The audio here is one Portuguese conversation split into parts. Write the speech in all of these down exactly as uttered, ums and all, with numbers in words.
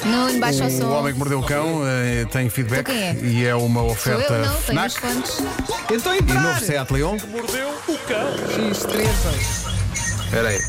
Nuno, baixa o som. O Homem que Mordeu o Cão uh, tem feedback Então quem é? e é uma Sou oferta eu, não, tenho as FNAC fontes. Eu estou a e entrar. novo Seat Leon. Mordeu o cão. X três dois. Espera aí.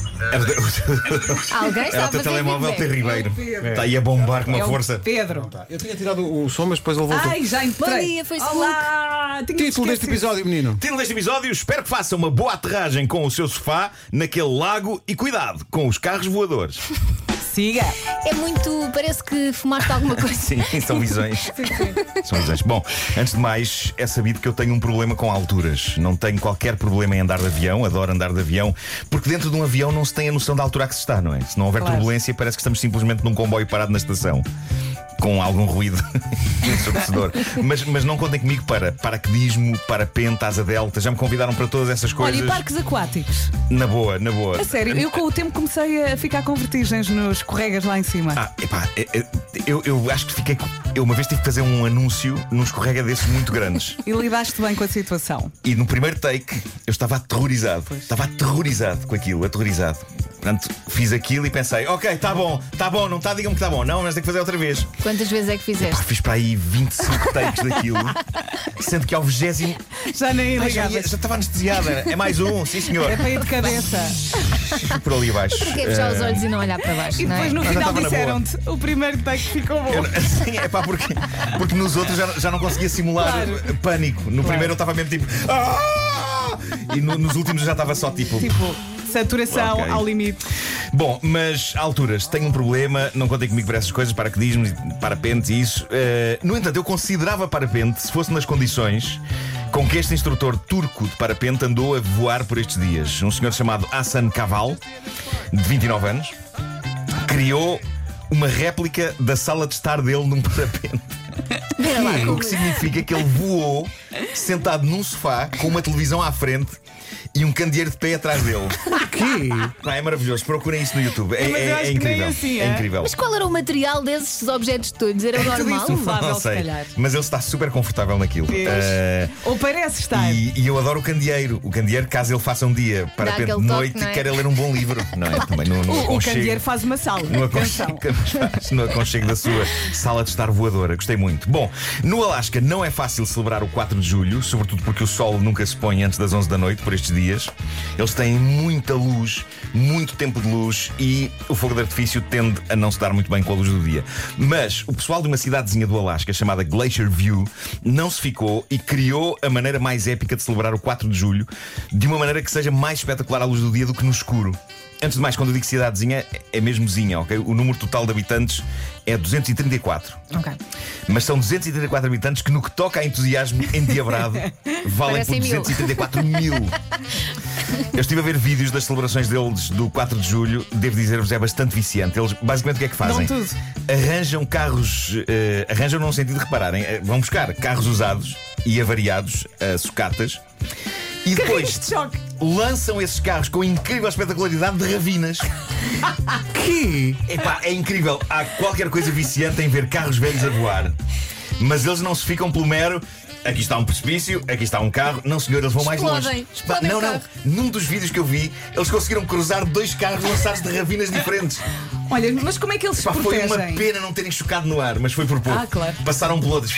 Alguém está É a o teu fazer telemóvel feedback. ter Ribeiro. Pedro. Está aí a bombar com uma É o força. Pedro. Eu tinha tirado o som, mas depois ele voltou. Ai, já entrei. Bom dia, Facebook. Olá. Tinha Título deste esquecido. episódio, menino. Título deste episódio: espero que faça uma boa aterragem com o seu sofá naquele lago e cuidado com os carros voadores. Siga. É muito. Parece que fumaste alguma coisa. Sim, são visões. São visões. Bom, antes de mais, é sabido que eu tenho um problema com alturas. Não tenho qualquer problema em andar de avião, adoro andar de avião, porque dentro de um avião não se tem a noção da altura a que se está, não é? Se não houver Claro. turbulência, parece que estamos simplesmente num comboio parado na estação. Com algum ruído ensurdecedor. mas, mas não contem comigo para paraquedismo, parapente, asa delta. Já me convidaram para todas essas coisas. Olha, e parques aquáticos? Na boa, na boa. A sério, eu com o tempo comecei a ficar com vertigens nos escorregas lá em cima. Ah, epá, é- é- eu, eu acho que fiquei. com- Eu uma vez tive que fazer um anúncio num escorrega desses muito grandes. E lidaste bem com a situação. E no primeiro take eu estava aterrorizado. Estava aterrorizado com aquilo, aterrorizado. Portanto, fiz aquilo e pensei: ok, está bom, está bom, não está, digam-me que está bom. Não, mas tem que fazer outra vez. Quantas vezes é que Pá, fizeste? fiz para aí vinte e cinco takes daquilo, sendo que ao vigésimo Já nem Ai, já, ia- ligavas. já estava anestesiada. É mais um, sim senhor. É para ir de cabeça. Por ali abaixo. Porquê fechar os Eh, olhos e não olhar para baixo? E não é? depois no Mas já final estava na boa. disseram-te: o primeiro take ficou bom. Eu, sim, é pá, porque, porque nos outros já, já não conseguia simular Claro. pânico. No Claro. primeiro eu estava mesmo tipo. "Ah!" E no- nos últimos eu já estava só tipo. Tipo, saturação Ok. ao limite. Bom, mas alturas, tenho um problema, não contem comigo para essas coisas, paraquedismo, parapente e isso. Eh, no entanto, eu considerava parapente se fosse nas condições com que este instrutor turco de parapente andou a voar por estes dias. Um senhor chamado Hasan Kaval, de vinte e nove anos, criou uma réplica da sala de estar dele num parapente. Espera lá, O que significa que ele voou sentado num sofá com uma televisão à frente e um candeeiro de pé atrás dele. Que? Pá, é maravilhoso, procurem isso no YouTube. É, Mas eu é- acho é que nem incrível. assim, é é? incrível. Mas qual era o material desses objetos todos? Era o Tudo normal? insuflável, Não se sei, calhar. mas ele está super confortável naquilo. Vês? Eh, Ou parece estar. e, e eu adoro o candeeiro. O candeeiro, caso ele faça um dia parapente aquele de toque, noite não é? e queira ler um bom livro, não é? Também no, no O, o aconchego- candeeiro faz uma sala. No Atenção. aconchego, no aconchego da sua sala de estar voadora. Gostei muito. Bom, no Alasca não é fácil celebrar o quatro de julho, sobretudo porque o sol nunca se põe antes das onze da noite por estes dias. Eles têm muita luz, muito tempo de luz e o fogo de artifício tende a não se dar muito bem com a luz do dia. Mas o pessoal de uma cidadezinha do Alasca chamada Glacier View não se ficou e criou a maneira mais épica de celebrar o quatro de julho de uma maneira que seja mais espetacular à luz do dia do que no escuro. Antes de mais, quando eu digo cidadezinha, é mesmo zinha, ok? O número total de habitantes é duzentos e trinta e quatro. Ok. Mas são duzentos e trinta e quatro habitantes que, no que toca a entusiasmo endiabrado, valem Parecem por mil. duzentos e trinta e quatro mil. Eu estive a ver vídeos das celebrações deles do quatro de julho. Devo dizer-vos, é bastante viciante. Eles basicamente o que é que fazem? Dão tudo. Arranjam carros, eh, arranjam num sentido de repararem, eh, vão buscar carros usados e avariados, a sucatas, e depois de choque. lançam esses carros com incrível espetacularidade de ravinas. Que? Epá, é incrível. Há qualquer coisa viciante em ver carros velhos a voar. Mas eles não se ficam pelo mero. Aqui está um precipício, aqui está um carro. Não, senhor, eles vão mais Explodem, longe. explodem não, o não. carro. Num dos vídeos que eu vi, eles conseguiram cruzar dois carros lançados de ravinas diferentes. Olha, mas como é que eles se Pá, foi uma protegem? pena não terem chocado no ar, mas foi por pouco. Ah, claro. Passaram pelo outro.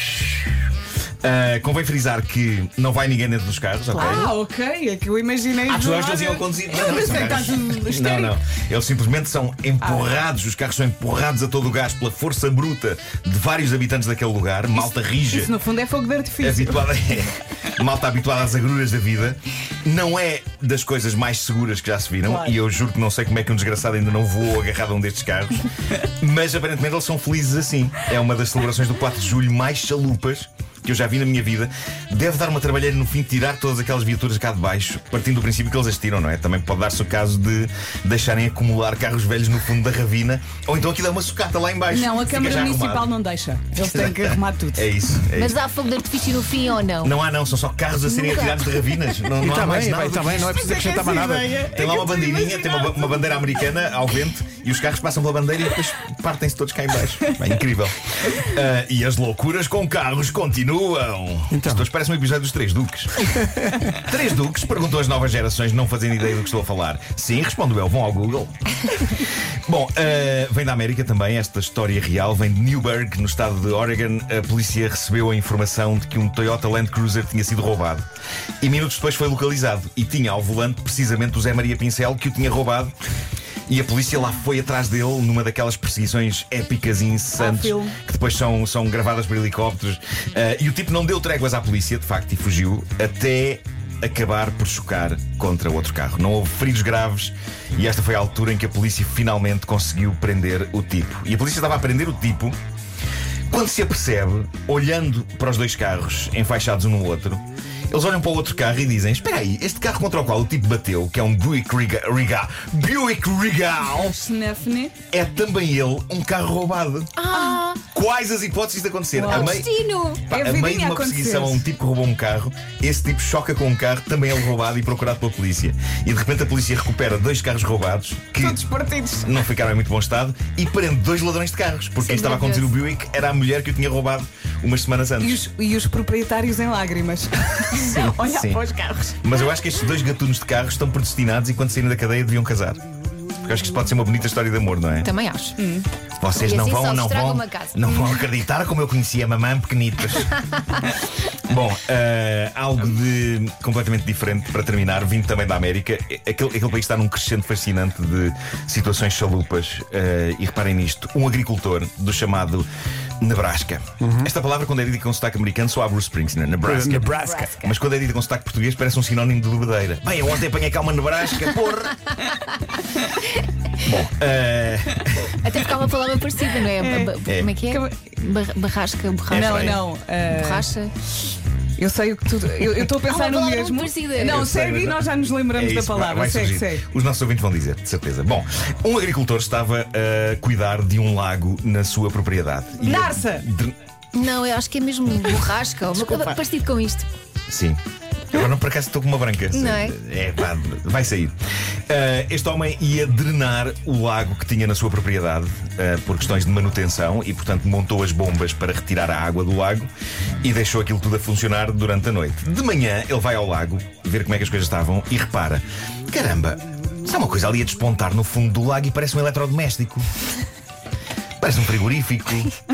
Ah, convém frisar que não vai ninguém dentro dos carros, ok? Ah, ok. É que eu imaginei. Ah, tu do achas que eles lado. iam conduzir? Eu pensei são que está carros- tudo Não, histérico. não. Eles simplesmente são empurrados, os carros são empurrados a todo o gás pela força bruta de vários habitantes daquele lugar, malta rija. Isso no fundo é fogo de artifício. Habituada, é, malta habituada às agruras da vida. Não é das coisas mais seguras que já se viram. Claro. E eu juro que não sei como é que um desgraçado ainda não voou agarrado a um destes carros. Mas aparentemente eles são felizes assim. É uma das celebrações do quatro de julho mais chalupas que eu já vi na minha vida. Deve dar uma trabalheira no fim de tirar todas aquelas viaturas cá de baixo, partindo do princípio que eles as tiram, não é? Também pode dar-se o caso de deixarem acumular carros velhos no fundo da ravina, ou então aqui dá uma sucata lá em baixo. Não, a Fica Câmara já Municipal arrumado. não deixa. Eles têm que arrumar tudo. É isso, é Mas isso. há fogo de artifício no fim ou não? Não há não, são só carros a serem Nunca. atirados de ravinas. Não, E não há está mais bem, nada. bem, está bem, não é preciso Mas é que acrescentar mais essa nada. ideia- Tem lá é uma que eu bandeirinha, tem uma, uma bandeira americana ao vento e os carros passam pela bandeira e depois partem-se todos cá em baixo. Bem, incrível. Ah, e as loucuras com carros continuam. continuam. Então. Isto hoje parece um episódio dos Três Duques. Três Duques? Perguntou as novas gerações, não fazendo ideia do que estou a falar. Sim, respondo eu, vão ao Google. Bom, uh, vem da América também, esta história real. Vem de Newberg, no estado de Oregon. A polícia recebeu a informação de que um Toyota Land Cruiser tinha sido roubado. E minutos depois foi localizado. E tinha ao volante precisamente o Zé Maria Pincel, que o tinha roubado. E a polícia lá foi atrás dele numa daquelas perseguições épicas e incessantes Ah, que depois são, são gravadas por helicópteros. Uh, e o tipo não deu tréguas à polícia, de facto, e fugiu até acabar por chocar contra outro carro. Não houve feridos graves e esta foi a altura em que a polícia finalmente conseguiu prender o tipo. E a polícia estava a prender o tipo quando se apercebe, olhando para os dois carros enfaixados um no outro. Eles olham para o outro carro e dizem: espera aí, este carro contra o qual o tipo bateu, que é um Buick Regal, Regal, Buick Regal, Snefne. é também ele um carro roubado. Ah, Quais as hipóteses de acontecer? Uau. A meio, destino! pá, É a a meio vidinha de uma a acontecer. perseguição a um tipo que roubou um carro, esse tipo choca com um carro, também ele roubado e procurado pela polícia. E de repente a polícia recupera dois carros roubados que Todos partidos. não ficaram em muito bom estado e prende dois ladrões de carros, porque Sim, quem estava a conduzir o maravilhoso. Buick era a mulher que o tinha roubado umas semanas E antes. os, e os proprietários em lágrimas. Olhar sim. para os carros. Mas eu acho que estes dois gatunos de carros estão predestinados e quando saírem da cadeia deviam casar. Porque eu acho que isto pode ser uma bonita história de amor, não é? Também acho. Vocês E não assim vão, só não estraga vão, uma casa. não vão acreditar como eu conhecia a mamãe pequenitas. Bom, uh, algo de completamente diferente para terminar, vindo também da América. Aquele, aquele país está num crescente fascinante de situações chalupas. Uh, e reparem nisto: um agricultor do chamado Nebraska. Esta palavra, quando é dita com sotaque americano, só há Bruce Springsteen, Nebraska. Nebraska. Mas quando é dita com sotaque português, parece um sinónimo de bebedeira. Bem, eu ontem apanhei cá uma Nebraska, porra! Bom, uh, Até porque há uma palavra parecida, não é? É. Ba- ba- Como é que é? Como- Bar- Barrasca, borracha. Não, Freia. não. ah, Borracha. eu sei o que tudo. Eu eu estou a Há pensar uma no palavra mesmo. parecida. Não, Eu sei, segue mas e não- nós já nos lembramos é da isso, palavra. vai Segue, surgir. segue. Os nossos ouvintes vão dizer, de certeza. Bom, um agricultor estava a cuidar de um lago na sua propriedade. E a- Narça! dre- Não, eu acho que é mesmo borrasca. Ou uma coisa parecido com isto. Sim. Agora não, por acaso estou com uma branca. Não é? É, pá, vai sair. Ah, este homem ia drenar o lago que tinha na sua propriedade ah, por questões de manutenção e, portanto, montou as bombas para retirar a água do lago e deixou aquilo tudo a funcionar durante a noite. De manhã, ele vai ao lago ver como é que as coisas estavam e repara: caramba, está uma coisa ali a despontar no fundo do lago e parece um eletrodoméstico. Parece um frigorífico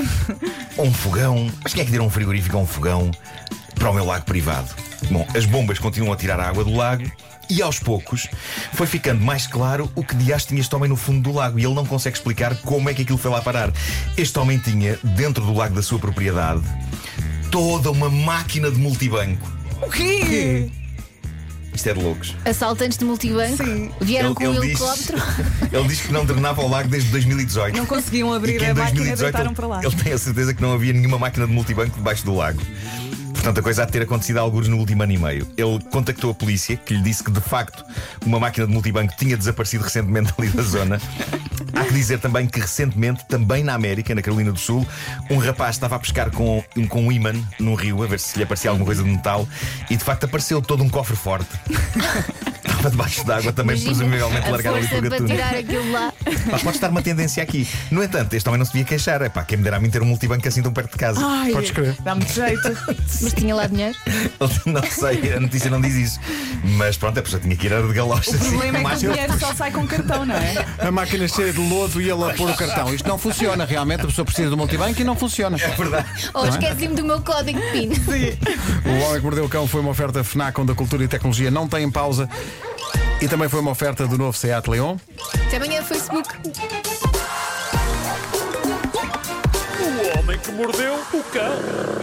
ou um fogão. Mas quem é que deu um frigorífico ou um fogão para o meu lago privado? Bom, as bombas continuam a tirar a água do lago e aos poucos foi ficando mais claro o que diacho tinha este homem no fundo do lago e ele não consegue explicar como é que aquilo foi lá parar. Este homem tinha, dentro do lago da sua propriedade, toda uma máquina de multibanco. O quê? Isto é de loucos. Assaltantes de multibanco. Sim. Vieram Ele, com um ele diz, helicóptero. ele diz que não drenava o lago desde dois mil e dezoito. Não conseguiam E abrir que em a máquina e dois mil e dezoito deitaram ele, para lá. ele tem a certeza que não havia nenhuma máquina de multibanco debaixo do lago. Portanto, a coisa há de ter acontecido há alguns no último ano e meio. Ele contactou a polícia, que lhe disse que de facto uma máquina de multibanco tinha desaparecido recentemente ali da zona. Há que dizer também que recentemente, também na América, na Carolina do Sul, um rapaz estava a pescar com, com um ímã num rio, a ver se lhe aparecia alguma coisa de metal, e de facto apareceu todo um cofre forte. Estava debaixo d'água, também Imagina presumivelmente a largado ali força por para gatuno. tirar aquilo lá. Pá, pode estar uma tendência aqui. No entanto, este homem não se devia queixar. É pá, quem me dera a mim ter um multibanco assim tão perto de casa. Ai, Podes crer. dá-me jeito. Mas tinha lá dinheiro. Não sei, a notícia não diz isso. Mas pronto, a pessoa tinha que ir de galocha. O problema é que mais o dinheiro só sai com cartão, não é? A máquina cheia de lodo e ele a pôr o cartão. Isto não funciona realmente. A pessoa precisa do multibanco e não funciona. É verdade. Ou esqueci-me do meu código de PIN. O Homem que Mordeu o Cão foi uma oferta FNAC, onde a cultura e tecnologia não têm pausa. E também foi uma oferta do novo Seat Leon. Até amanhã, Facebook. O homem que mordeu o cão.